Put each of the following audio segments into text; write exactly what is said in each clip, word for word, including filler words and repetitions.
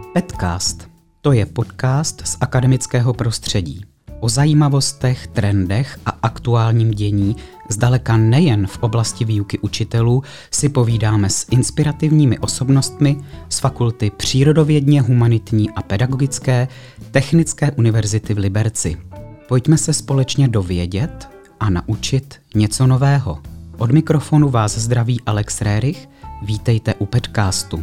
Petcast. To je podcast z akademického prostředí. O zajímavostech, trendech a aktuálním dění zdaleka nejen v oblasti výuky učitelů si povídáme s inspirativními osobnostmi z fakulty přírodovědně humanitní a pedagogické Technické univerzity v Liberci. Pojďme se společně dovědět a naučit něco nového. Od mikrofonu vás zdraví Alex Rérich, vítejte u Petcastu.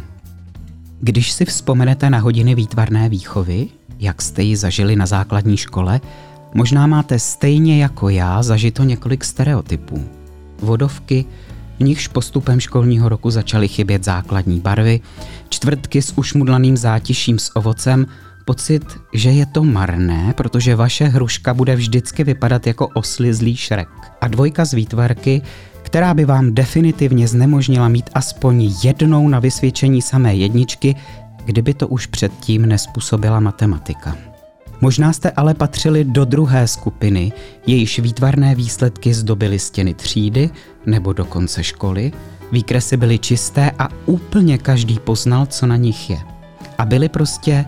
Když si vzpomenete na hodiny výtvarné výchovy, jak jste ji zažili na základní škole, možná máte stejně jako já zažito několik stereotypů. Vodovky, v nichž postupem školního roku začaly chybět základní barvy, čtvrtky s ušmudlaným zátiším s ovocem, pocit, že je to marné, protože vaše hruška bude vždycky vypadat jako oslizlý Šrek. A dvojka z výtvarky, která by vám definitivně znemožnila mít aspoň jednou na vysvědčení samé jedničky, kdyby to už předtím nespůsobila matematika. Možná jste ale patřili do druhé skupiny, jejíž výtvarné výsledky zdobily stěny třídy nebo dokonce školy, výkresy byly čisté a úplně každý poznal, co na nich je. A byly prostě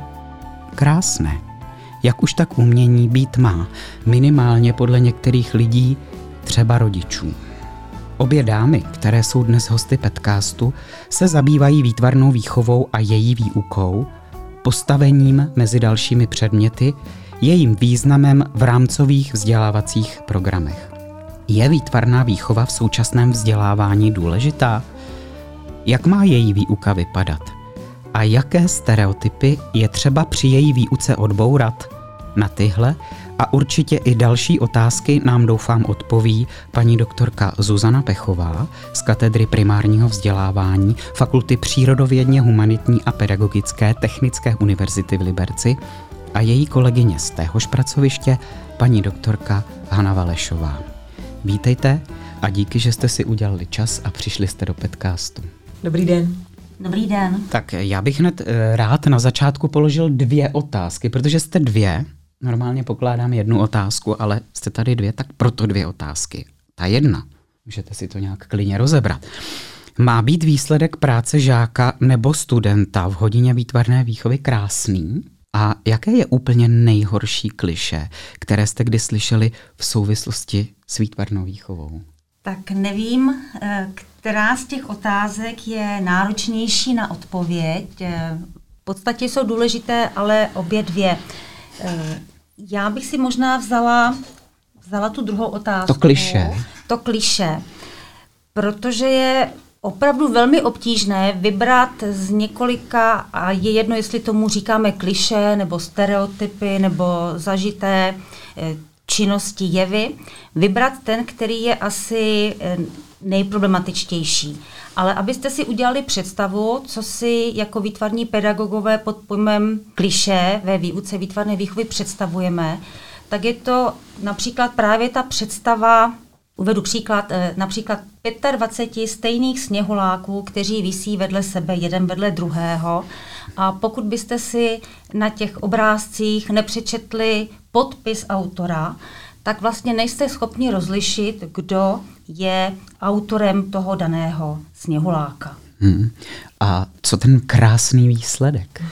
krásné. Jak už tak umění být má, minimálně podle některých lidí, třeba rodičů. Obě dámy, které jsou dnes hosty Petcastu, se zabývají výtvarnou výchovou a její výukou, postavením mezi dalšími předměty, jejím významem v rámcových vzdělávacích programech. Je výtvarná výchova v současném vzdělávání důležitá? Jak má její výuka vypadat? A jaké stereotypy je třeba při její výuce odbourat? Na tyhle a určitě i další otázky nám doufám odpoví paní doktorka Zuzana Pechová z katedry primárního vzdělávání Fakulty přírodovědně humanitní a pedagogické Technické univerzity v Liberci a její kolegyně z téhož pracoviště paní doktorka Hana Valešová. Vítejte a díky, že jste si udělali čas a přišli jste do Petcastu. Dobrý den. Dobrý den. Tak já bych hned rád na začátku položil dvě otázky, protože jste dvě. Normálně pokládám jednu otázku, ale jste tady dvě, tak proto dvě otázky. Ta jedna, můžete si to nějak klidně rozebrat. Má být výsledek práce žáka nebo studenta v hodině výtvarné výchovy krásný? A jaké je úplně nejhorší klišé, které jste kdy slyšeli v souvislosti s výtvarnou výchovou? Tak nevím, která z těch otázek je náročnější na odpověď. V podstatě jsou důležité, ale obě dvě. Já bych si možná vzala, vzala tu druhou otázku. To klišé. To klišé, protože je opravdu velmi obtížné vybrat z několika, a je jedno, jestli tomu říkáme klišé, nebo stereotypy, nebo zažité činnosti, jevy, vybrat ten, který je asi nejproblematičtější. Ale abyste si udělali představu, co si jako výtvarní pedagogové pod pojmem klišé ve výuce výtvarné výchovy představujeme, tak je to například právě ta představa, uvedu příklad, například dvacet pět stejných sněhuláků, kteří visí vedle sebe, jeden vedle druhého. A pokud byste si na těch obrázcích nepřečetli podpis autora, tak vlastně nejste schopni rozlišit, kdo je autorem toho daného sněhuláka. Hmm. A co ten krásný výsledek?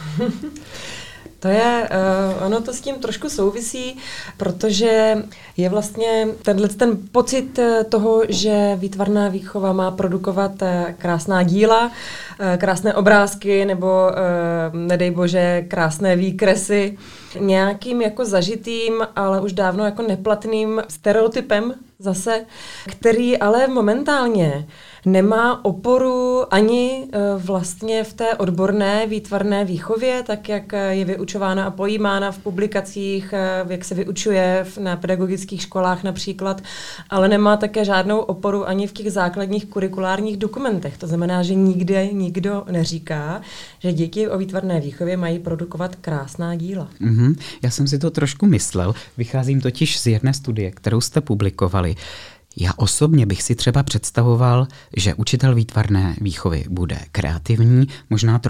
To je, uh, ono to s tím trošku souvisí, protože je vlastně tenhle ten pocit toho, že výtvarná výchova má produkovat krásná díla, uh, krásné obrázky nebo, uh, nedej bože, krásné výkresy, nějakým jako zažitým, ale už dávno jako neplatným stereotypem zase, který ale momentálně nemá oporu ani vlastně v té odborné výtvarné výchově, tak jak je vyučována a pojímána v publikacích, jak se vyučuje na pedagogických školách například, ale nemá také žádnou oporu ani v těch základních kurikulárních dokumentech. To znamená, že nikde nikdo neříká, že děti o výtvarné výchově mají produkovat krásná díla. Mm-hmm. Já jsem si to trošku myslel. Vycházím totiž z jedné studie, kterou jste publikovali. Já osobně bych si třeba představoval, že učitel výtvarné výchovy bude kreativní, možná trochu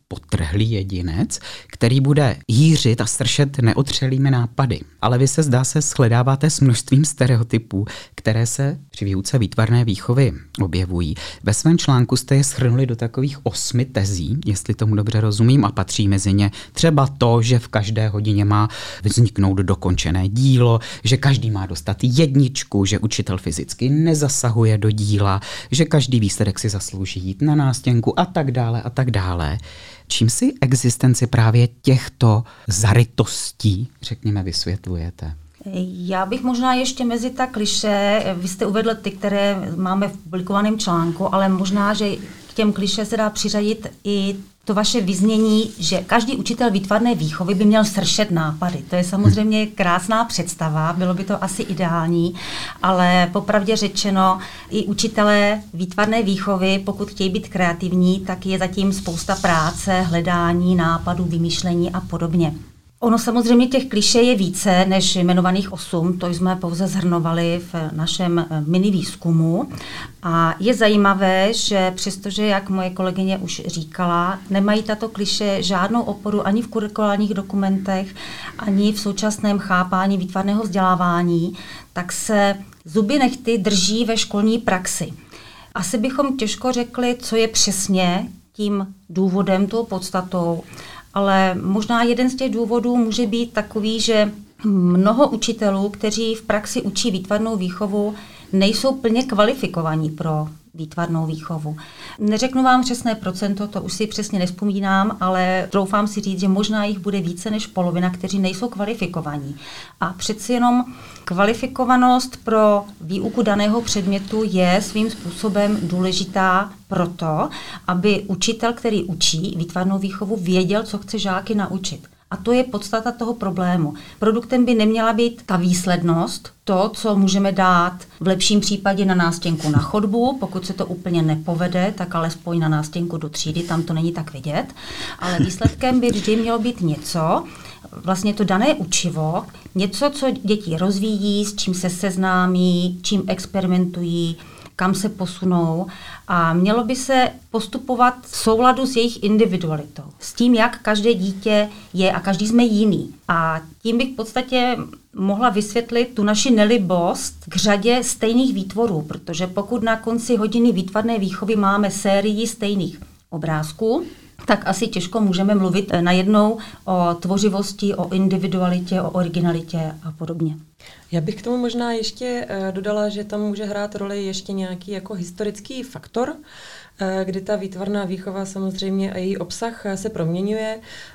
potrhlý jedinec, který bude jířit a stršet neotřelými nápady. Ale vy se zdá se shledáváte s množstvím stereotypů, které se při výuce výtvarné výchovy objevují. Ve svém článku jste je shrnuli do takových osmi tezí, jestli tomu dobře rozumím, a patří mezi ně třeba to, že v každé hodině má vzniknout dokončené dílo, že každý má dostat jedničku, že učitel fyzicky nezasahuje do díla, že každý výsledek si zaslouží jít na nástěnku a tak dále a tak dále. Čím si existenci právě těchto zarytostí, řekněme, vysvětlujete? Já bych možná ještě mezi ta kliše, vy jste uvedl ty, které máme v publikovaném článku, ale možná, že k těm kliše se dá přiřadit i to vaše vyznění, že každý učitel výtvarné výchovy by měl sršet nápady. To je samozřejmě krásná představa, bylo by to asi ideální, ale popravdě řečeno, i učitelé výtvarné výchovy, pokud chtějí být kreativní, tak je zatím spousta práce, hledání nápadů, vymýšlení a podobně. Ono samozřejmě těch klišé je více než jmenovaných osm, to jsme pouze zhrnovali v našem mini výzkumu. A je zajímavé, že přestože, jak moje kolegyně už říkala, nemají tato klišé žádnou oporu ani v kurikulárních dokumentech, ani v současném chápání výtvarného vzdělávání, tak se zuby nehty drží ve školní praxi. Asi bychom těžko řekli, co je přesně tím důvodem, tou podstatou, ale možná jeden z těch důvodů může být takový, že mnoho učitelů, kteří v praxi učí výtvarnou výchovu, nejsou plně kvalifikovaní pro výtvarnou výchovu. Neřeknu vám přesné procento, to už si přesně nevzpomínám, ale troufám si říct, že možná jich bude více než polovina, kteří nejsou kvalifikovaní. A přeci jenom kvalifikovanost pro výuku daného předmětu je svým způsobem důležitá proto, aby učitel, který učí výtvarnou výchovu, věděl, co chce žáky naučit. A to je podstata toho problému. Produktem by neměla být ta výslednost, to, co můžeme dát v lepším případě na nástěnku na chodbu, pokud se to úplně nepovede, tak alespoň na nástěnku do třídy, tam to není tak vidět. Ale výsledkem by vždy mělo být něco, vlastně to dané učivo, něco, co děti rozvíjí, s čím se seznámí, čím experimentují, kam se posunou a mělo by se postupovat v souladu s jejich individualitou. S tím, jak každé dítě je a každý jsme jiný. A tím bych v podstatě mohla vysvětlit tu naši nelibost k řadě stejných výtvorů, protože pokud na konci hodiny výtvarné výchovy máme sérii stejných obrázků, tak asi těžko můžeme mluvit najednou o tvořivosti, o individualitě, o originalitě a podobně. Já bych k tomu možná ještě dodala, že tam může hrát roli ještě nějaký jako historický faktor, kdy ta výtvarná výchova samozřejmě a její obsah se proměňuje.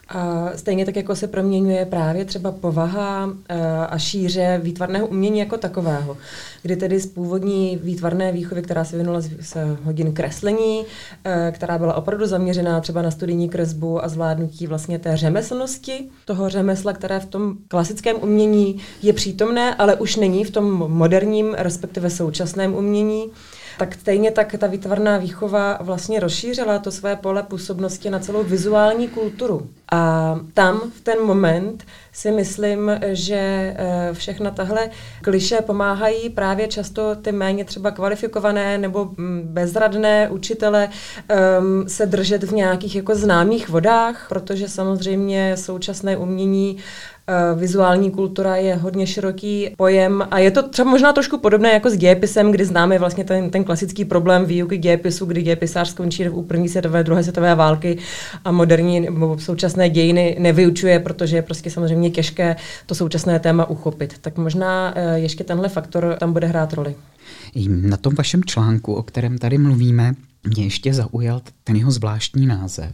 A stejně tak, jako se proměňuje právě třeba povaha a šíře výtvarného umění jako takového. Kdy tedy z původní výtvarné výchovy, která se věnovala z hodin kreslení, která byla opravdu zaměřená třeba na studijní kresbu a zvládnutí vlastně té řemeslnosti, toho řemesla, které v tom klasickém umění je přítomné, ale už není v tom moderním, respektive současném umění, tak stejně tak ta výtvarná výchova vlastně rozšířila to své pole působnosti na celou vizuální kulturu. A tam v ten moment si myslím, že všechna tahle klišé pomáhají právě často ty méně třeba kvalifikované nebo bezradné učitele um, se držet v nějakých jako známých vodách, protože samozřejmě současné umění, vizuální kultura je hodně široký pojem a je to třeba možná trošku podobné jako s dějepisem, kdy známe vlastně ten, ten klasický problém výuky dějepisu, kdy dějepisář skončí u první světové, druhé světové války a moderní nebo současné dějiny nevyučuje, protože je prostě samozřejmě těžké to současné téma uchopit. Tak možná ještě tenhle faktor tam bude hrát roli. Na tom vašem článku, o kterém tady mluvíme, mě ještě zaujal ten jeho zvláštní název.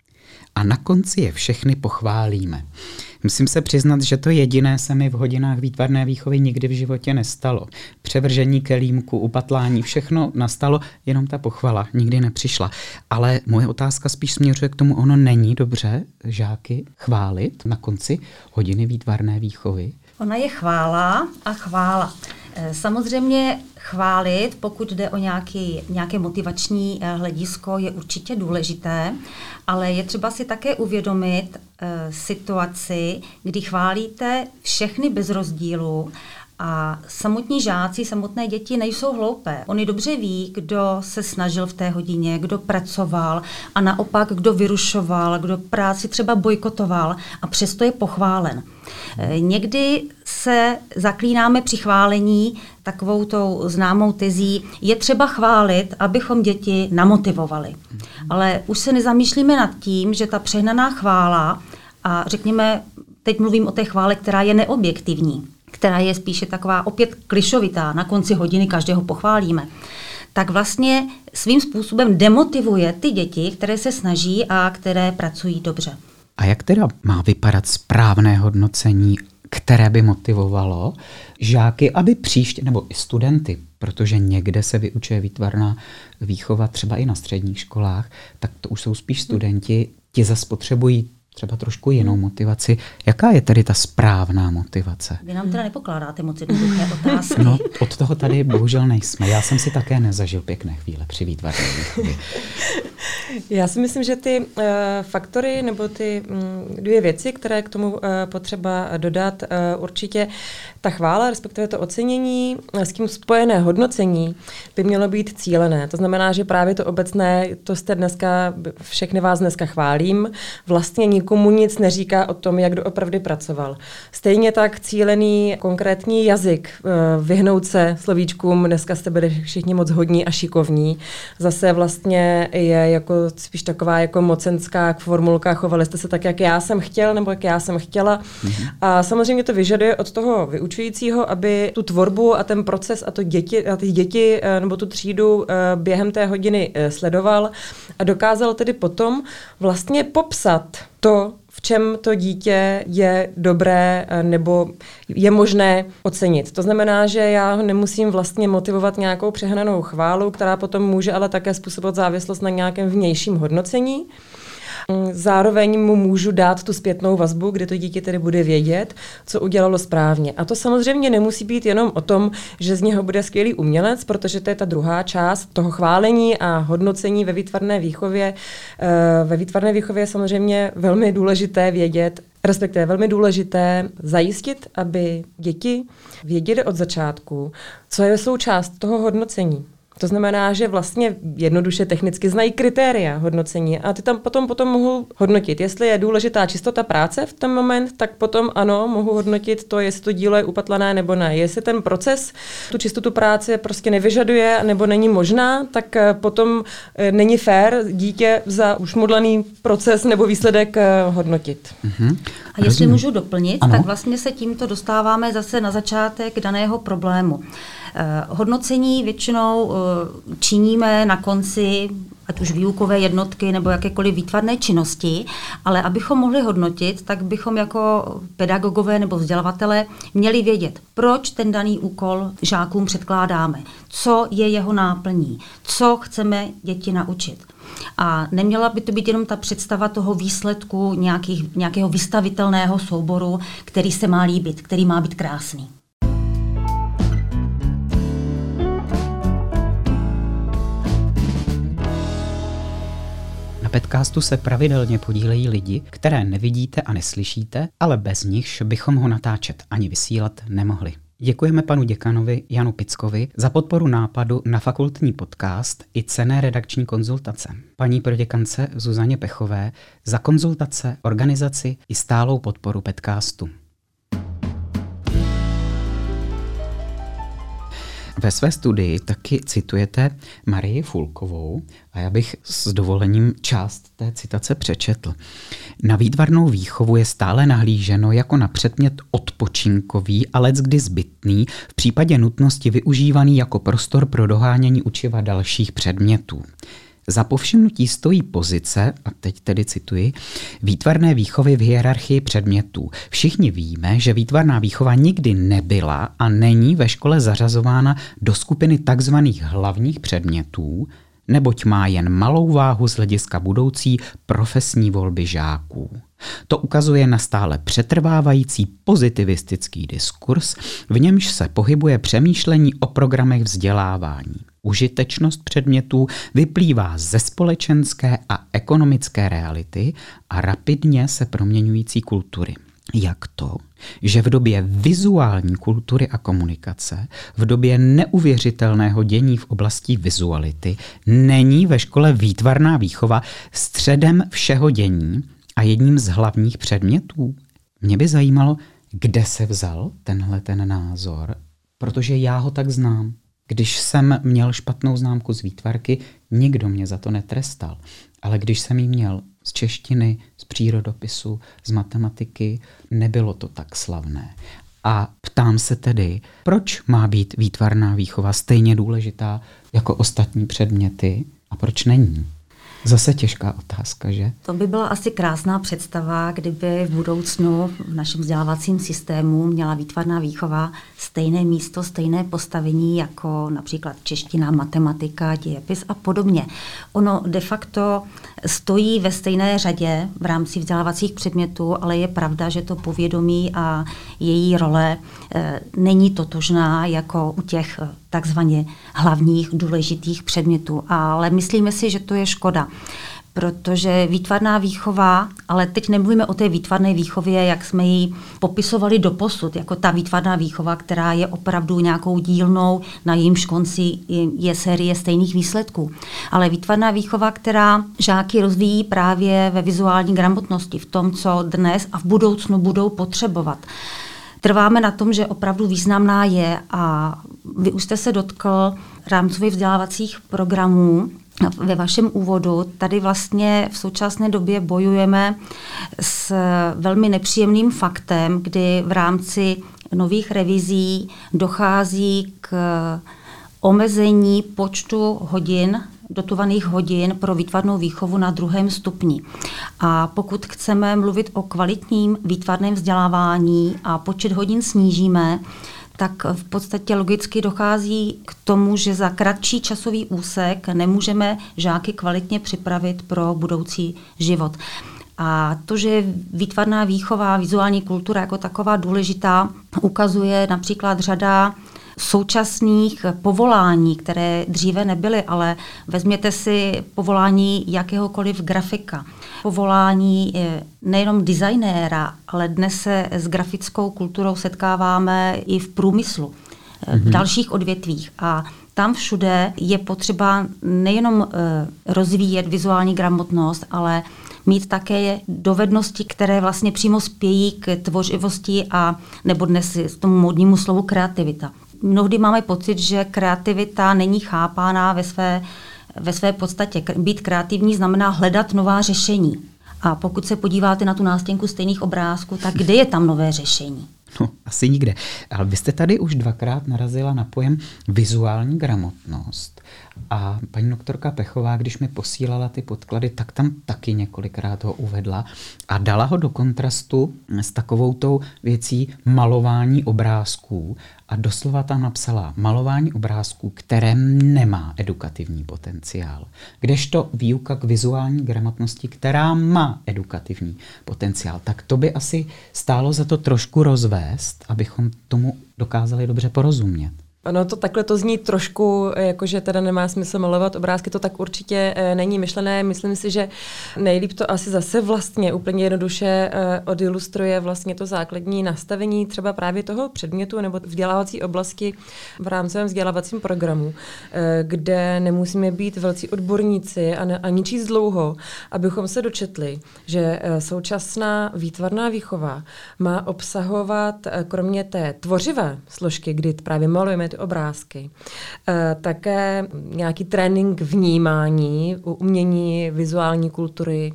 A na konci je všechny pochválíme. Musím se přiznat, že to jediné se mi v hodinách výtvarné výchovy nikdy v životě nestalo. Převržení kelímku, upatlání, všechno nastalo, jenom ta pochvala nikdy nepřišla. Ale moje otázka spíš směřuje k tomu, ono není dobře žáky chválit na konci hodiny výtvarné výchovy. Ona je chvála a chvála. Samozřejmě chválit, pokud jde o nějaký, nějaké motivační hledisko, je určitě důležité, ale je třeba si také uvědomit e, situaci, kdy chválíte všechny bez rozdílu A samotní žáci, samotné děti nejsou hloupé. Oni dobře ví, kdo se snažil v té hodině, kdo pracoval a naopak, kdo vyrušoval, kdo práci třeba bojkotoval a přesto je pochválen. Někdy se zaklínáme při chválení takovou tou známou tezí, je třeba chválit, abychom děti namotivovali. Ale už se nezamýšlíme nad tím, že ta přehnaná chvála, a řekněme, teď mluvím o té chvále, která je neobjektivní, která je spíše taková opět klišovitá, na konci hodiny každého pochválíme, tak vlastně svým způsobem demotivuje ty děti, které se snaží a které pracují dobře. A jak teda má vypadat správné hodnocení, které by motivovalo žáky, aby příště, nebo i studenty, protože někde se vyučuje výtvarná výchova třeba i na středních školách, tak to už jsou spíš studenti, ti zase potřebují třeba trošku jinou motivaci. Jaká je tedy ta správná motivace? Vy nám teda nepokládáte moc jednoduché otázky. No, od toho tady bohužel nejsme. Já jsem si také nezažil pěkné chvíle při výtvarné výchově. Já si myslím, že ty uh, faktory nebo ty um, dvě věci, které k tomu uh, potřeba dodat, uh, určitě ta chvála, respektive to ocenění, s tím spojené hodnocení by mělo být cílené. To znamená, že právě to obecné, to jste dneska, všechny vás dneska chválím, vlastně nikomu nic neříká o tom, jak doopravdy pracoval. Stejně tak cílený konkrétní jazyk, uh, vyhnout se slovíčkům, dneska jste byli všichni moc hodní a šikovní, zase vlastně je jako spíš taková jako mocenská formulka, chovali jste se tak, jak já jsem chtěl, nebo jak já jsem chtěla. Mm-hmm. A samozřejmě to vyžaduje od toho vyučujícího, aby tu tvorbu a ten proces a, to děti, a ty děti nebo tu třídu během té hodiny sledoval a dokázal tedy potom vlastně popsat to, v čem to dítě je dobré nebo je možné ocenit. To znamená, že já ho nemusím vlastně motivovat nějakou přehnanou chválu, která potom může ale také způsobovat závislost na nějakém vnějším hodnocení. Zároveň mu můžu dát tu zpětnou vazbu, kde to dítě tedy bude vědět, co udělalo správně. A to samozřejmě nemusí být jenom o tom, že z něho bude skvělý umělec, protože to je ta druhá část toho chválení a hodnocení ve výtvarné výchově. Ve výtvarné výchově je samozřejmě velmi důležité vědět, respektive velmi důležité zajistit, aby děti věděly od začátku, co je součást toho hodnocení. To znamená, že vlastně jednoduše technicky znají kritéria hodnocení a ty tam potom, potom mohou hodnotit. Jestli je důležitá čistota práce v ten moment, tak potom ano, mohu hodnotit to, jestli to dílo je upatlané nebo ne. Jestli ten proces tu čistotu práce prostě nevyžaduje nebo není možná, tak potom není fér dítě za ušmudlaný proces nebo výsledek hodnotit. Mm-hmm. A jestli můžu doplnit, ano. tak vlastně se tímto dostáváme zase na začátek daného problému. Hodnocení většinou činíme na konci, ať už výukové jednotky nebo jakékoliv výtvarné činnosti, ale abychom mohli hodnotit, tak bychom jako pedagogové nebo vzdělavatelé měli vědět, proč ten daný úkol žákům předkládáme, co je jeho náplní, co chceme děti naučit. A neměla by to být jenom ta představa toho výsledku nějakých, nějakého vystavitelného souboru, který se má líbit, který má být krásný. Na podcastu se pravidelně podílejí lidi, které nevidíte a neslyšíte, ale bez nichž bychom ho natáčet ani vysílat nemohli. Děkujeme panu děkanovi Janu Pickovi za podporu nápadu na fakultní podcast i cenné redakční konzultace. Paní proděkance Zuzaně Pechové za konzultace, organizaci i stálou podporu podcastu. Ve své studii taky citujete Marii Fulkovou a já bych s dovolením část té citace přečetl. Na výtvarnou výchovu je stále nahlíženo jako na předmět odpočinkový a leckdy zbytný, v případě nutnosti využívaný jako prostor pro dohánění učiva dalších předmětů. Za povšimnutí stojí pozice, a teď tedy cituji, výtvarné výchovy v hierarchii předmětů. Všichni víme, že výtvarná výchova nikdy nebyla a není ve škole zařazována do skupiny takzvaných hlavních předmětů, neboť má jen malou váhu z hlediska budoucí profesní volby žáků. To ukazuje na stále přetrvávající pozitivistický diskurs, v němž se pohybuje přemýšlení o programech vzdělávání. Užitečnost předmětů vyplývá ze společenské a ekonomické reality a rapidně se proměňující kultury. jak to, že v době vizuální kultury a komunikace, v době neuvěřitelného dění v oblasti vizuality, není ve škole výtvarná výchova středem všeho dění a jedním z hlavních předmětů? Mě by zajímalo, kde se vzal tenhle ten názor, protože já ho tak znám. Když jsem měl špatnou známku z výtvarky, nikdo mě za to netrestal. Ale když jsem ji měl z češtiny, z přírodopisu, z matematiky, nebylo to tak slavné. A ptám se tedy, proč má být výtvarná výchova stejně důležitá jako ostatní předměty a proč není? Zase těžká otázka, že? To by byla asi krásná představa, kdyby v budoucnu v našem vzdělávacím systému měla výtvarná výchova stejné místo, stejné postavení jako například čeština, matematika, dějepis a podobně. Ono de facto stojí ve stejné řadě v rámci vzdělávacích předmětů, ale je pravda, že to povědomí a její role e, není totožná jako u těch e, takzvaně hlavních důležitých předmětů. Ale myslíme si, že to je škoda, protože výtvarná výchova, ale teď nemluvíme o té výtvarné výchově, jak jsme ji popisovali doposud, jako ta výtvarná výchova, která je opravdu nějakou dílnou, na jejímž konci je série stejných výsledků. Ale výtvarná výchova, která žáky rozvíjí právě ve vizuální gramotnosti, v tom, co dnes a v budoucnu budou potřebovat. Trváme na tom, že opravdu významná je a vy už jste se dotkl rámcových vzdělávacích programů. Ve vašem úvodu tady vlastně v současné době bojujeme s velmi nepříjemným faktem, kdy v rámci nových revizí dochází k omezení počtu hodin, dotovaných hodin pro výtvarnou výchovu na druhém stupni. A pokud chceme mluvit o kvalitním výtvarném vzdělávání a počet hodin snížíme, tak v podstatě logicky dochází k tomu, že za kratší časový úsek nemůžeme žáky kvalitně připravit pro budoucí život. A to, že výtvarná výchova, vizuální kultura jako taková důležitá, ukazuje například řada současných povolání, které dříve nebyly, ale vezměte si povolání jakéhokoliv grafika. Povolání nejenom designéra, ale dnes se s grafickou kulturou setkáváme i v průmyslu, mm-hmm. v dalších odvětvích. A tam všude je potřeba nejenom rozvíjet vizuální gramotnost, ale mít také dovednosti, které vlastně přímo spějí k tvořivosti a nebo dnes s tomu módnímu slovu kreativita. Mnohdy máme pocit, že kreativita není chápána ve své, ve své podstatě. Být kreativní znamená hledat nová řešení. A pokud se podíváte na tu nástěnku stejných obrázků, tak kde je tam nové řešení? No, asi nikde. Ale vy jste tady už dvakrát narazila na pojem vizuální gramotnost. A paní doktorka Pechová, když mi posílala ty podklady, tak tam taky několikrát ho uvedla a dala ho do kontrastu s takovou tou věcí malování obrázků. A doslova tam napsala malování obrázků, které nemá edukativní potenciál. Kdežto výuka k vizuální gramotnosti, která má edukativní potenciál. Tak to by asi stálo za to trošku rozvést, abychom tomu dokázali dobře porozumět. Ono to takhle to zní trošku, jakože teda nemá smysl malovat obrázky, to tak určitě e, není myšlené. Myslím si, že nejlíp to asi zase vlastně úplně jednoduše e, odilustruje vlastně to základní nastavení třeba právě toho předmětu nebo vzdělávací oblasti v rámcovém vzdělávacím programu, e, kde nemusíme být velcí odborníci a, ne, a ničíc dlouho, abychom se dočetli, že e, současná výtvarná výchova má obsahovat e, kromě té tvořivé složky, kdy právě malujeme obrázky. E, také nějaký trénink vnímání, umění vizuální kultury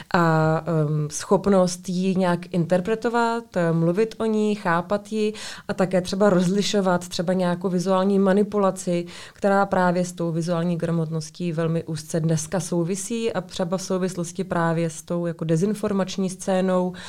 a um, schopnost ji nějak interpretovat, mluvit o ní, chápat ji a také třeba rozlišovat třeba nějakou vizuální manipulaci, která právě s tou vizuální gramotností velmi úzce dneska souvisí a třeba v souvislosti právě s tou jako dezinformační scénou uh,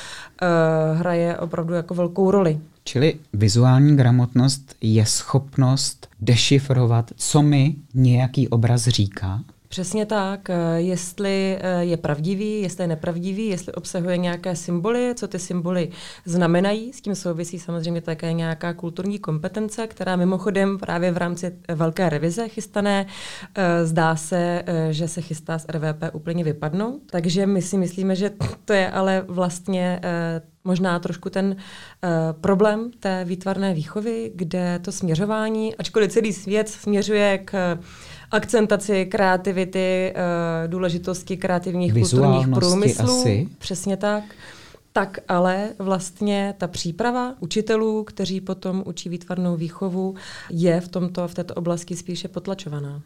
hraje opravdu jako velkou roli. Čili vizuální gramotnost je schopnost dešifrovat, co mi nějaký obraz říká? Přesně tak, jestli je pravdivý, jestli je nepravdivý, jestli obsahuje nějaké symboly, co ty symboly znamenají. S tím souvisí samozřejmě také nějaká kulturní kompetence, která mimochodem právě v rámci velké revize chystané zdá se, že se chystá z R V P úplně vypadnout. Takže my si myslíme, že to je ale vlastně možná trošku ten uh, problém té výtvarné výchovy, kde to směřování, ačkoliv celý svět směřuje k akcentaci kreativity, uh, důležitosti kreativních kulturních průmyslů, asi. Přesně tak, tak ale vlastně ta příprava učitelů, kteří potom učí výtvarnou výchovu, je v, tomto, v této oblasti spíše potlačovaná.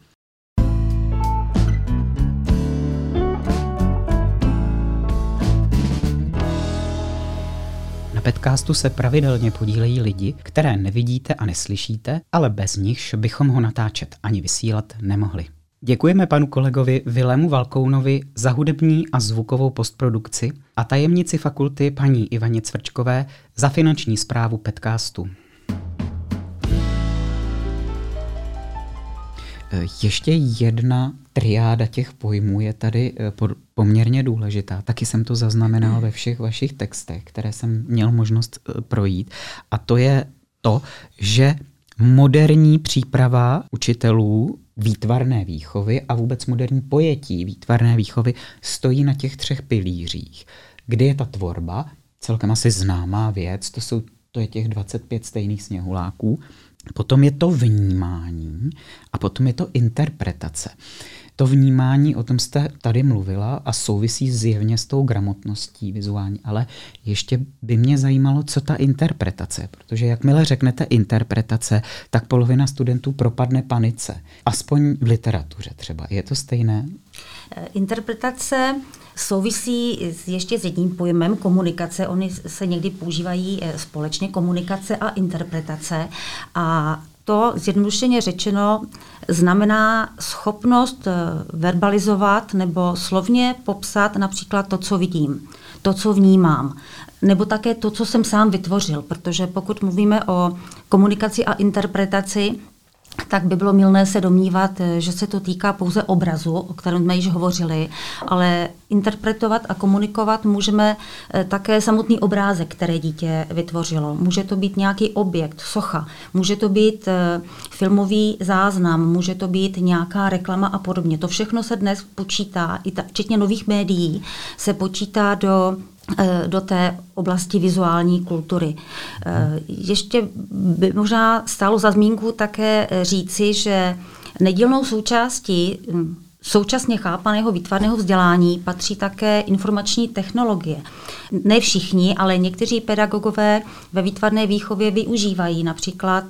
Na podcastu se pravidelně podílejí lidi, které nevidíte a neslyšíte, ale bez nichž bychom ho natáčet ani vysílat nemohli. Děkujeme panu kolegovi Vilému Valkounovi za hudební a zvukovou postprodukci a tajemnici fakulty paní Ivaně Cvrčkové za finanční správu podcastu. Ještě jedna triáda těch pojmů je tady poměrně důležitá. Taky jsem to zaznamenal ve všech vašich textech, které jsem měl možnost projít. A to je to, že moderní příprava učitelů výtvarné výchovy a vůbec moderní pojetí výtvarné výchovy stojí na těch třech pilířích. Kdy je ta tvorba, celkem asi známá věc, to, jsou, to je těch dvacet pět stejných sněhuláků, potom je to vnímání a potom je to interpretace. To vnímání, o tom jste tady mluvila a souvisí zjevně s tou gramotností vizuální, ale ještě by mě zajímalo, co ta interpretace, protože jakmile řeknete interpretace, tak polovina studentů propadne panice. Aspoň v literatuře třeba. Je to stejné? Interpretace souvisí ještě s jedním pojmem komunikace. Oni se někdy používají společně, komunikace a interpretace. A to zjednodušeně řečeno znamená schopnost verbalizovat nebo slovně popsat například to, co vidím, to, co vnímám, nebo také to, co jsem sám vytvořil, protože pokud mluvíme o komunikaci a interpretaci, tak by bylo mylné se domnívat, že se to týká pouze obrazu, o kterém jsme již hovořili, ale interpretovat a komunikovat můžeme také samotný obrázek, který dítě vytvořilo. Může to být nějaký objekt, socha, může to být filmový záznam, může to být nějaká reklama a podobně. To všechno se dnes počítá, i ta, včetně nových médií, se počítá do do té oblasti vizuální kultury. Ještě by možná stálo za zmínku také říci, že nedílnou součástí současně chápaného výtvarného vzdělání patří také informační technologie. Ne všichni, ale někteří pedagogové ve výtvarné výchově využívají například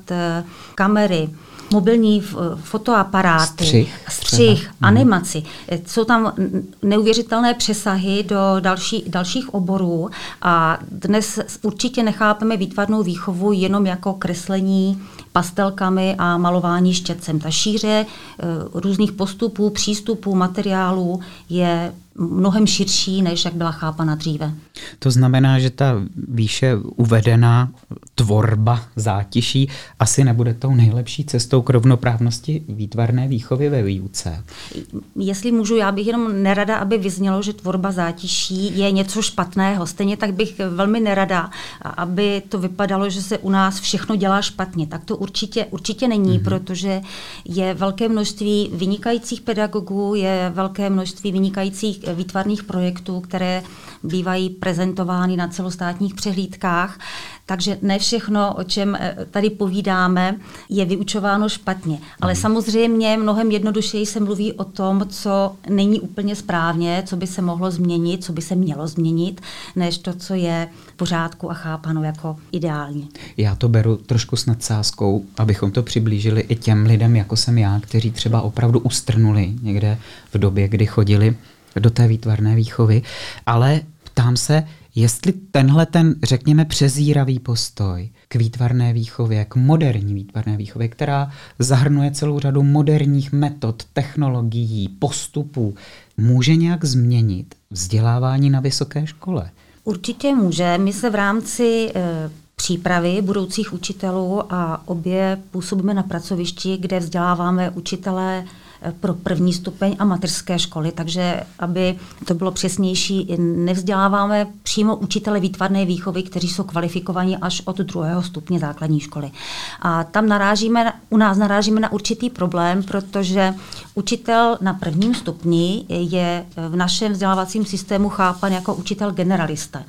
kamery, mobilní fotoaparáty, střih, střih animaci. Jsou tam neuvěřitelné přesahy do další, dalších oborů a dnes určitě nechápeme výtvarnou výchovu jenom jako kreslení pastelkami a malování štětcem. Ta šíře různých postupů, přístupů, materiálů je mnohem širší, než jak byla chápana dříve. To znamená, že ta výše uvedená tvorba zátiší asi nebude tou nejlepší cestou k rovnoprávnosti výtvarné výchovy ve výuce. Jestli můžu, já bych jenom nerada, aby vyznělo, že tvorba zátiší je něco špatného. Stejně tak bych velmi nerada, aby to vypadalo, že se u nás všechno dělá špatně. Tak to určitě, určitě není, mm-hmm. protože je velké množství vynikajících pedagogů, je velké množství vynikajících výtvarných projektů, které bývají prezentovány na celostátních přehlídkách. Takže ne všechno, o čem tady povídáme, je vyučováno špatně. Ale samozřejmě mnohem jednodušeji se mluví o tom, co není úplně správně, co by se mohlo změnit, co by se mělo změnit, než to, co je v pořádku a chápano jako ideálně. Já to beru trošku s nadsázkou, abychom to přiblížili i těm lidem, jako jsem já, kteří třeba opravdu ustrnuli někde v době, kdy chodili do té výtvarné výchovy, ale ptám se, jestli tenhle ten, řekněme, přezíravý postoj k výtvarné výchově, k moderní výtvarné výchově, která zahrnuje celou řadu moderních metod, technologií, postupů, může nějak změnit vzdělávání na vysoké škole? Určitě může. My se v rámci e, přípravy budoucích učitelů a obě působíme na pracovišti, kde vzděláváme učitele pro první stupeň a mateřské školy, takže aby to bylo přesnější, nevzděláváme přímo učitele výtvarné výchovy, kteří jsou kvalifikovaní až od druhého stupně základní školy. A tam narážíme, u nás narážíme na určitý problém, protože učitel na prvním stupni je v našem vzdělávacím systému chápan jako učitel generalista.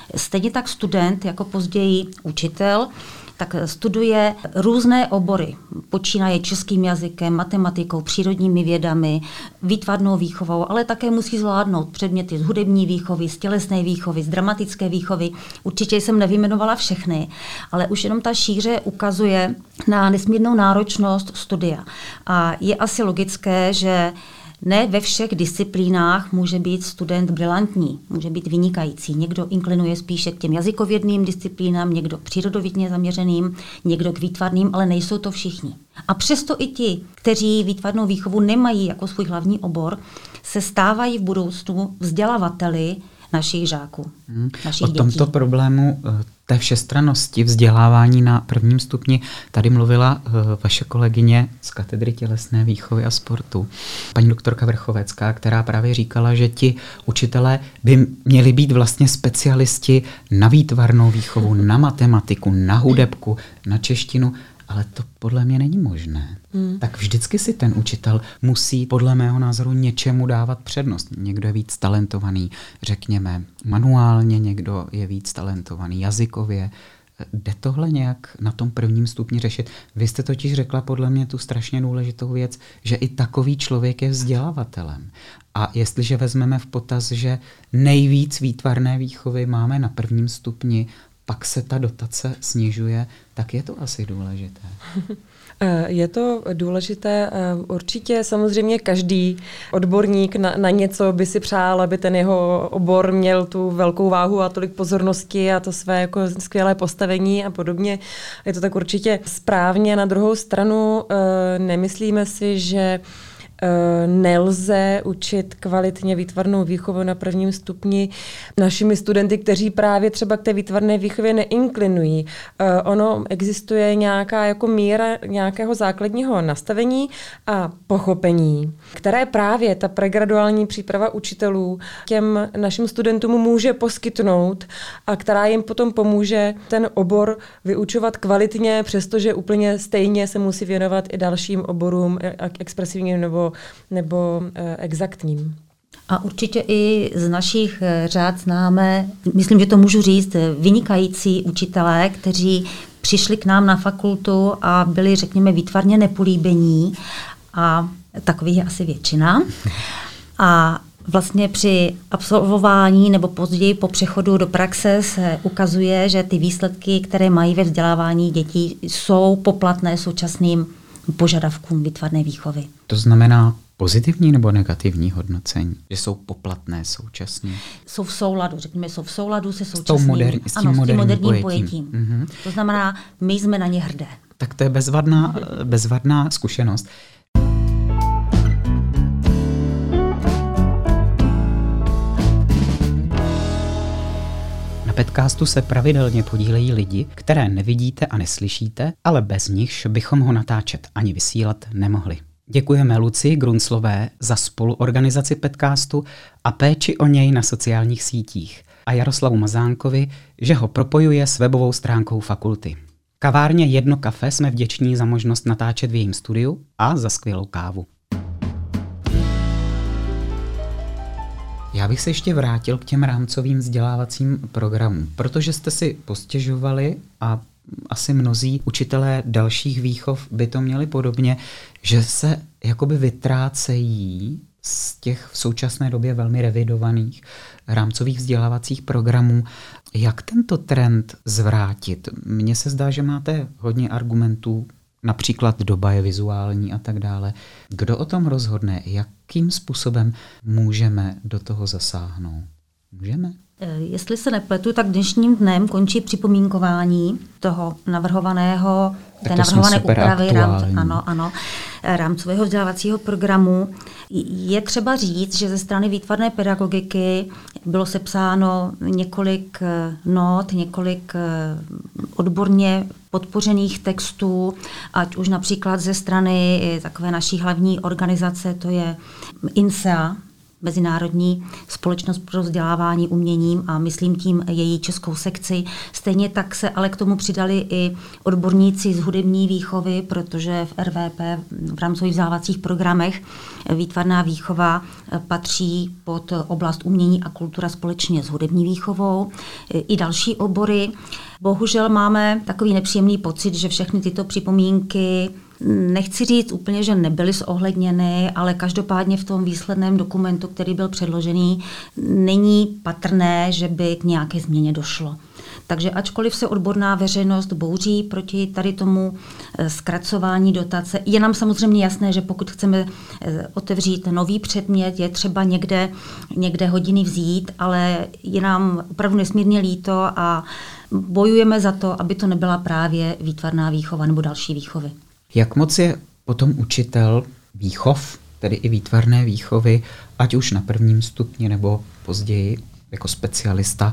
Stejně tak student, jako později učitel, tak studuje různé obory. Počínaje českým jazykem, matematikou, přírodními vědami, výtvarnou výchovou, ale také musí zvládnout předměty z hudební výchovy, z tělesné výchovy, z dramatické výchovy. Určitě jsem nevyjmenovala všechny, ale už jenom ta šíře ukazuje na nesmírnou náročnost studia. A je asi logické, že ne ve všech disciplínách může být student brilantní, může být vynikající. Někdo inklinuje spíše k těm jazykovědným disciplínám, někdo k přírodovědně zaměřeným, někdo k výtvarným, ale nejsou to všichni. A přesto i ti, kteří výtvarnou výchovu nemají jako svůj hlavní obor, se stávají v budoucnu vzdělavateli našich žáků, hmm. našich O tomto dětí. problému té všestrannosti vzdělávání na prvním stupni tady mluvila vaše kolegyně z katedry tělesné výchovy a sportu, paní doktorka Vrchovecká, která právě říkala, že ti učitelé by měli být vlastně specialisti na výtvarnou výchovu, na matematiku, na hudebku, na češtinu, ale to podle mě není možné. Hmm. Tak vždycky si ten učitel musí podle mého názoru něčemu dávat přednost. Někdo je víc talentovaný, řekněme, manuálně, někdo je víc talentovaný jazykově. Jde tohle nějak na tom prvním stupni řešit? Vy jste totiž řekla podle mě tu strašně důležitou věc, že i takový člověk je vzdělavatelem. A jestliže vezmeme v potaz, že nejvíc výtvarné výchovy máme na prvním stupni, pak se ta dotace snižuje, tak je to asi důležité. Je to důležité. Určitě samozřejmě každý odborník na, na něco by si přál, aby ten jeho obor měl tu velkou váhu a tolik pozornosti a to své jako skvělé postavení a podobně. Je to tak určitě správně. Na druhou stranu nemyslíme si, že nelze učit kvalitně výtvarnou výchovu na prvním stupni našimi studenty, kteří právě třeba k té výtvarné výchově neinklinují. Ono existuje nějaká jako míra nějakého základního nastavení a pochopení, které právě ta pregraduální příprava učitelů těm našim studentům může poskytnout a která jim potom pomůže ten obor vyučovat kvalitně, přestože úplně stejně se musí věnovat i dalším oborům, expresivním nebo nebo e, exaktním. A určitě i z našich řád známe, myslím, že to můžu říct, vynikající učitelé, kteří přišli k nám na fakultu a byli, řekněme, výtvarně nepolíbení a takových je asi většina. A vlastně při absolvování nebo později po přechodu do praxe se ukazuje, že ty výsledky, které mají ve vzdělávání dětí, jsou poplatné současným požadavkům výtvarné výchovy. To znamená pozitivní nebo negativní hodnocení? Že jsou poplatné současně? Jsou v souladu, řekněme, jsou v souladu se současným, moderní, s tím ano, moderním, moderním pojetím. pojetím. Mm-hmm. To znamená, my jsme na ně hrdé. Tak to je bezvadná, bezvadná zkušenost. Na podcastu se pravidelně podílejí lidi, které nevidíte a neslyšíte, ale bez nichž bychom ho natáčet ani vysílat nemohli. Děkujeme Lucii Grunclové za spoluorganizaci podcastu a péči o něj na sociálních sítích a Jaroslavu Mazánkovi, že ho propojuje s webovou stránkou fakulty. Kavárně Jedno kafe jsme vděční za možnost natáčet v jejím studiu a za skvělou kávu. Já bych se ještě vrátil k těm rámcovým vzdělávacím programům, protože jste si postěžovali a asi mnozí učitelé dalších výchov by to měli podobně, že se jakoby vytrácejí z těch v současné době velmi revidovaných rámcových vzdělávacích programů. Jak tento trend zvrátit? Mně se zdá, že máte hodně argumentů, například doba je vizuální a tak dále. Kdo o tom rozhodne? Jakým způsobem můžeme do toho zasáhnout? Můžeme? Jestli se nepletu, tak dnešním dnem končí připomínkování toho navrhovaného, té navrhované úpravy rám, ano, ano, rámcového vzdělávacího programu. Je třeba říct, že ze strany výtvarné pedagogiky bylo sepsáno několik not, několik odborně podpořených textů, ať už například ze strany takové naší hlavní organizace, to je I N S E A, Mezinárodní společnost pro vzdělávání uměním a myslím tím její českou sekci. Stejně tak se ale k tomu přidali i odborníci z hudební výchovy, protože v R V P v rámcových vzdělávacích programech výtvarná výchova patří pod oblast umění a kultura společně s hudební výchovou. I další obory. Bohužel máme takový nepříjemný pocit, že všechny tyto připomínky, nechci říct úplně, že nebyly zohledněny, ale každopádně v tom výsledném dokumentu, který byl předložený, není patrné, že by k nějaké změně došlo. Takže ačkoliv se odborná veřejnost bouří proti tady tomu zkracování dotace, je nám samozřejmě jasné, že pokud chceme otevřít nový předmět, je třeba někde, někde hodiny vzít, ale je nám opravdu nesmírně líto a bojujeme za to, aby to nebyla právě výtvarná výchova nebo další výchovy. Jak moc je potom učitel výchov, tedy i výtvarné výchovy, ať už na prvním stupni nebo později jako specialista,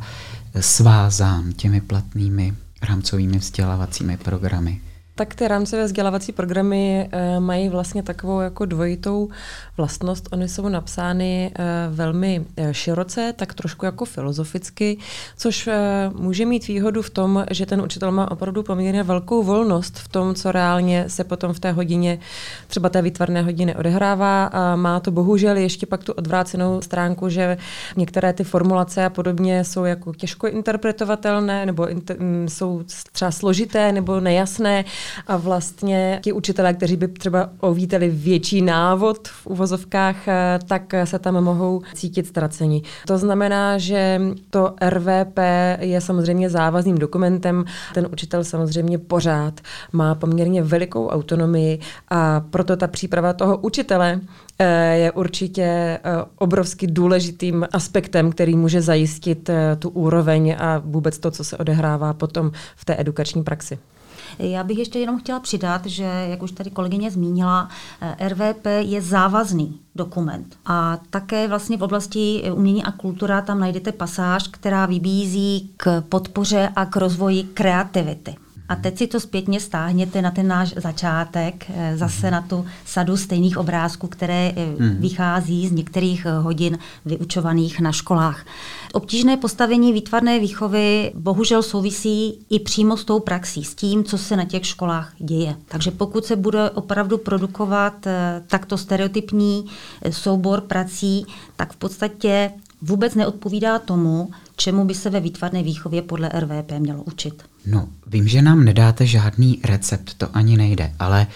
svázán těmi platnými rámcovými vzdělávacími programy? Tak ty rámcové vzdělávací programy e, mají vlastně takovou jako dvojitou vlastnost. Ony jsou napsány e, velmi e, široce, tak trošku jako filozoficky, což e, může mít výhodu v tom, že ten učitel má opravdu poměrně velkou volnost v tom, co reálně se potom v té hodině, třeba té výtvarné hodiny odehrává. A má to bohužel ještě pak tu odvrácenou stránku, že některé ty formulace a podobně jsou jako těžko interpretovatelné, nebo inter, m, jsou třeba složité nebo nejasné. A vlastně ti učitelé, kteří by třeba uvítali větší návod v uvozovkách, tak se tam mohou cítit ztraceni. To znamená, že to R V P je samozřejmě závazným dokumentem. Ten učitel samozřejmě pořád má poměrně velikou autonomii a proto ta příprava toho učitele je určitě obrovsky důležitým aspektem, který může zajistit tu úroveň a vůbec to, co se odehrává potom v té edukační praxi. Já bych ještě jenom chtěla přidat, že, jak už tady kolegyně zmínila, R V P je závazný dokument. A také vlastně v oblasti umění a kultura tam najdete pasáž, která vybízí k podpoře a k rozvoji kreativity. A teď si to zpětně stáhněte na ten náš začátek, zase na tu sadu stejných obrázků, které vychází z některých hodin vyučovaných na školách. Obtížné postavení výtvarné výchovy bohužel souvisí i přímo s tou praxí, s tím, co se na těch školách děje. Takže pokud se bude opravdu produkovat takto stereotypní soubor prací, tak v podstatě vůbec neodpovídá tomu, čemu by se ve výtvarné výchově podle R V P mělo učit. No, vím, že nám nedáte žádný recept, to ani nejde, ale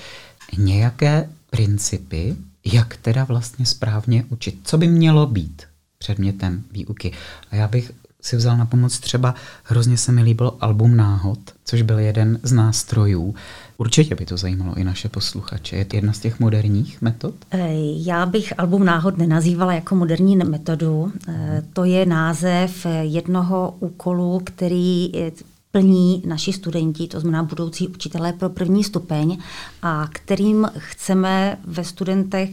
nějaké principy, jak teda vlastně správně učit, co by mělo být předmětem výuky. A já bych si vzal na pomoc třeba, hrozně se mi líbilo album Náhod, což byl jeden z nástrojů. Určitě by to zajímalo i naše posluchače. Je to jedna z těch moderních metod? Já bych album Náhod nenazývala jako moderní metodu. To je název jednoho úkolu, který plní naši studenti, to znamená budoucí učitelé pro první stupeň, a kterým chceme ve studentech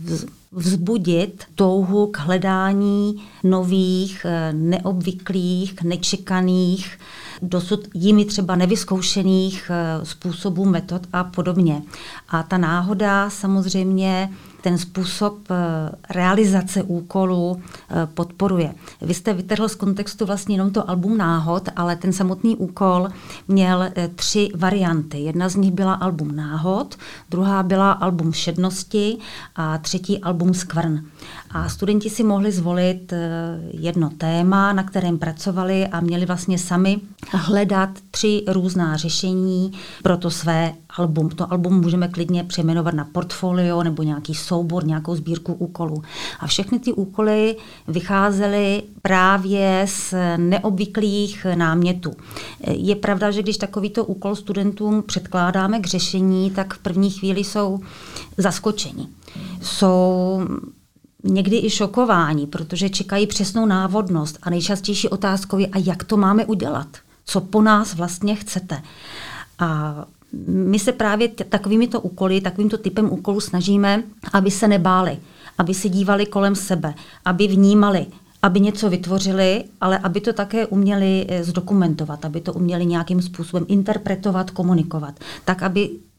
vzbudit touhu k hledání nových, neobvyklých, nečekaných, dosud jimi třeba nevyzkoušených způsobů, metod a podobně. A ta náhoda samozřejmě ten způsob realizace úkolu podporuje. Vy jste vytrhl z kontextu vlastně jenom to album Náhod, ale ten samotný úkol měl tři varianty. Jedna z nich byla album Náhod, druhá byla album Všednosti a třetí album Skvrn. A studenti si mohli zvolit jedno téma, na kterém pracovali a měli vlastně sami hledat tři různá řešení pro to své album. To album můžeme klidně přejmenovat na portfolio nebo nějaký soubor, nějakou sbírku úkolů. A všechny ty úkoly vycházely právě z neobvyklých námětů. Je pravda, že když takovýto úkol studentům předkládáme k řešení, tak v první chvíli jsou zaskočeni. Jsou někdy i šokováni, protože čekají přesnou návodnost a nejčastější otázkou je, a jak to máme udělat? Co po nás vlastně chcete? A my se právě t- takovýmito úkoly, takovýmto typem úkolů snažíme, aby se nebáli, aby se dívali kolem sebe, aby vnímali, aby něco vytvořili, ale aby to také uměli zdokumentovat, aby to uměli nějakým způsobem interpretovat, komunikovat, tak aby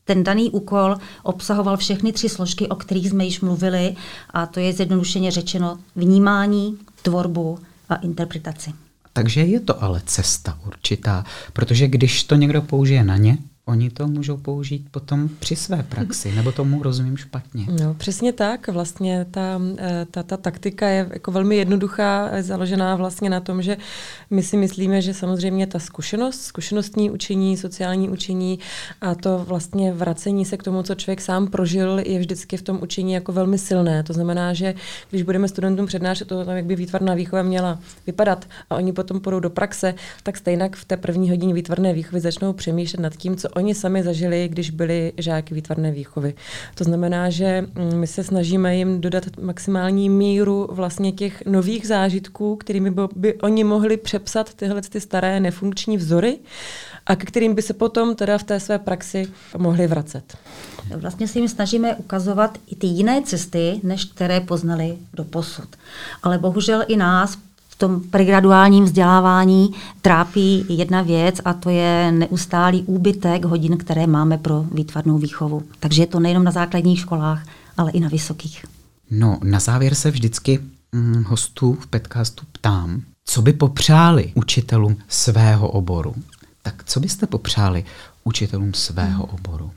ten daný úkol obsahoval všechny tři složky, o kterých jsme již mluvili, a to je zjednodušeně řečeno vnímání, tvorbu a interpretaci. Takže je to ale cesta určitá, protože když to někdo použije na ně, oni to můžou použít potom při své praxi, nebo tomu rozumím špatně. No, přesně tak. Vlastně ta, ta, ta taktika je jako velmi jednoduchá, založená vlastně na tom, že my si myslíme, že samozřejmě ta zkušenost, zkušenostní učení, sociální učení a to vlastně vracení se k tomu, co člověk sám prožil, je vždycky v tom učení jako velmi silné. To znamená, že když budeme studentům přednášet o tom, jak by výtvarná výchova měla vypadat a oni potom půjdou do praxe, tak stejně v té první hodině výtvarné výchovy začnou přemýšlet nad tím, co oni sami zažili, když byli žáky výtvarné výchovy. To znamená, že my se snažíme jim dodat maximální míru vlastně těch nových zážitků, kterými by, by oni mohli přepsat tyhle ty staré nefunkční vzory a k kterým by se potom teda v té své praxi mohli vracet. Vlastně se jim snažíme ukazovat i ty jiné cesty, než které poznali doposud. Ale bohužel i nás v tom pregraduálním vzdělávání trápí jedna věc a to je neustálý úbytek hodin, které máme pro výtvarnou výchovu. Takže je to nejenom na základních školách, ale i na vysokých. No, na závěr se vždycky hm, hostů v podcastu ptám, co by popřáli učitelům svého oboru. Tak co byste popřáli učitelům svého hmm. oboru?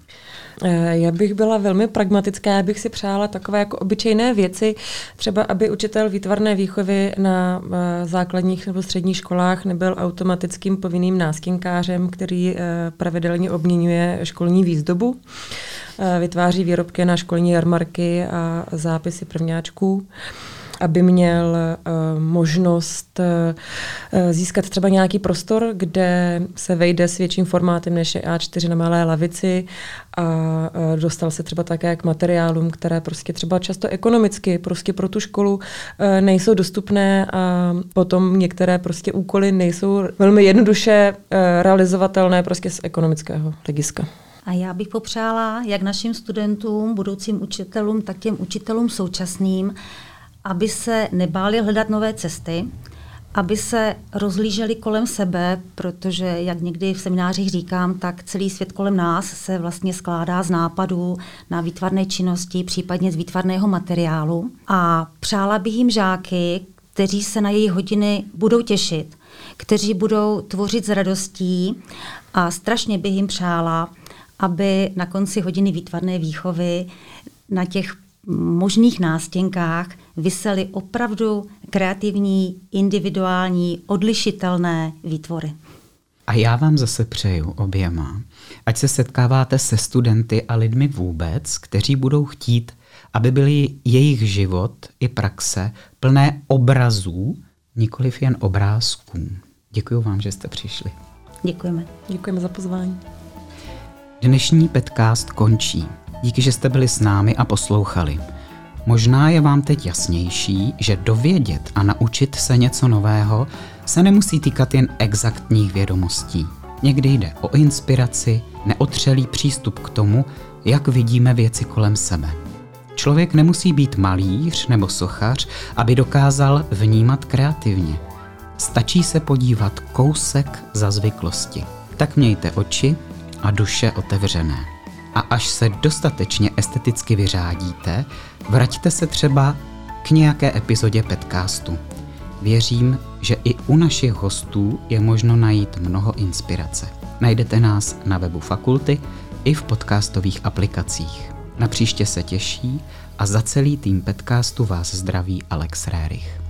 Já bych byla velmi pragmatická, já bych si přála takové jako obyčejné věci, třeba aby učitel výtvarné výchovy na základních nebo středních školách nebyl automatickým povinným nástěnkářem, který pravidelně obměňuje školní výzdobu, vytváří výrobky na školní jarmarky a zápisy prvňáčků, aby měl uh, možnost uh, získat třeba nějaký prostor, kde se vejde s větším formátem než je á čtyři na malé lavici a uh, dostal se třeba také k materiálům, které prostě třeba často ekonomicky prostě pro tu školu uh, nejsou dostupné a potom některé prostě úkoly nejsou velmi jednoduše uh, realizovatelné prostě z ekonomického hlediska. A já bych popřála jak našim studentům, budoucím učitelům, tak těm učitelům současným, aby se nebáli hledat nové cesty, aby se rozhlíželi kolem sebe, protože, jak někdy v seminářích říkám, tak celý svět kolem nás se vlastně skládá z nápadů na výtvarné činnosti, případně z výtvarného materiálu. A přála bych jim žáky, kteří se na jejich hodiny budou těšit, kteří budou tvořit s radostí a strašně bych jim přála, aby na konci hodiny výtvarné výchovy na těch možných nástěnkách visely opravdu kreativní, individuální, odlišitelné výtvory. A já vám zase přeju oběma, ať se setkáváte se studenty a lidmi vůbec, kteří budou chtít, aby byly jejich život i praxe plné obrazů, nikoliv jen obrázků. Děkuji vám, že jste přišli. Děkujeme. Děkujeme za pozvání. Dnešní podcast končí. Díky, že jste byli s námi a poslouchali. Možná je vám teď jasnější, že dovědět a naučit se něco nového se nemusí týkat jen exaktních vědomostí. Někdy jde o inspiraci, neotřelý přístup k tomu, jak vidíme věci kolem sebe. Člověk nemusí být malíř nebo sochař, aby dokázal vnímat kreativně. Stačí se podívat kousek za zvyklosti. Tak mějte oči a duše otevřené. A až se dostatečně esteticky vyřádíte, vraťte se třeba k nějaké epizodě podcastu. Věřím, že i u našich hostů je možno najít mnoho inspirace. Najdete nás na webu fakulty i v podcastových aplikacích. Na příště se těší a za celý tým podcastu vás zdraví Alex Rérich.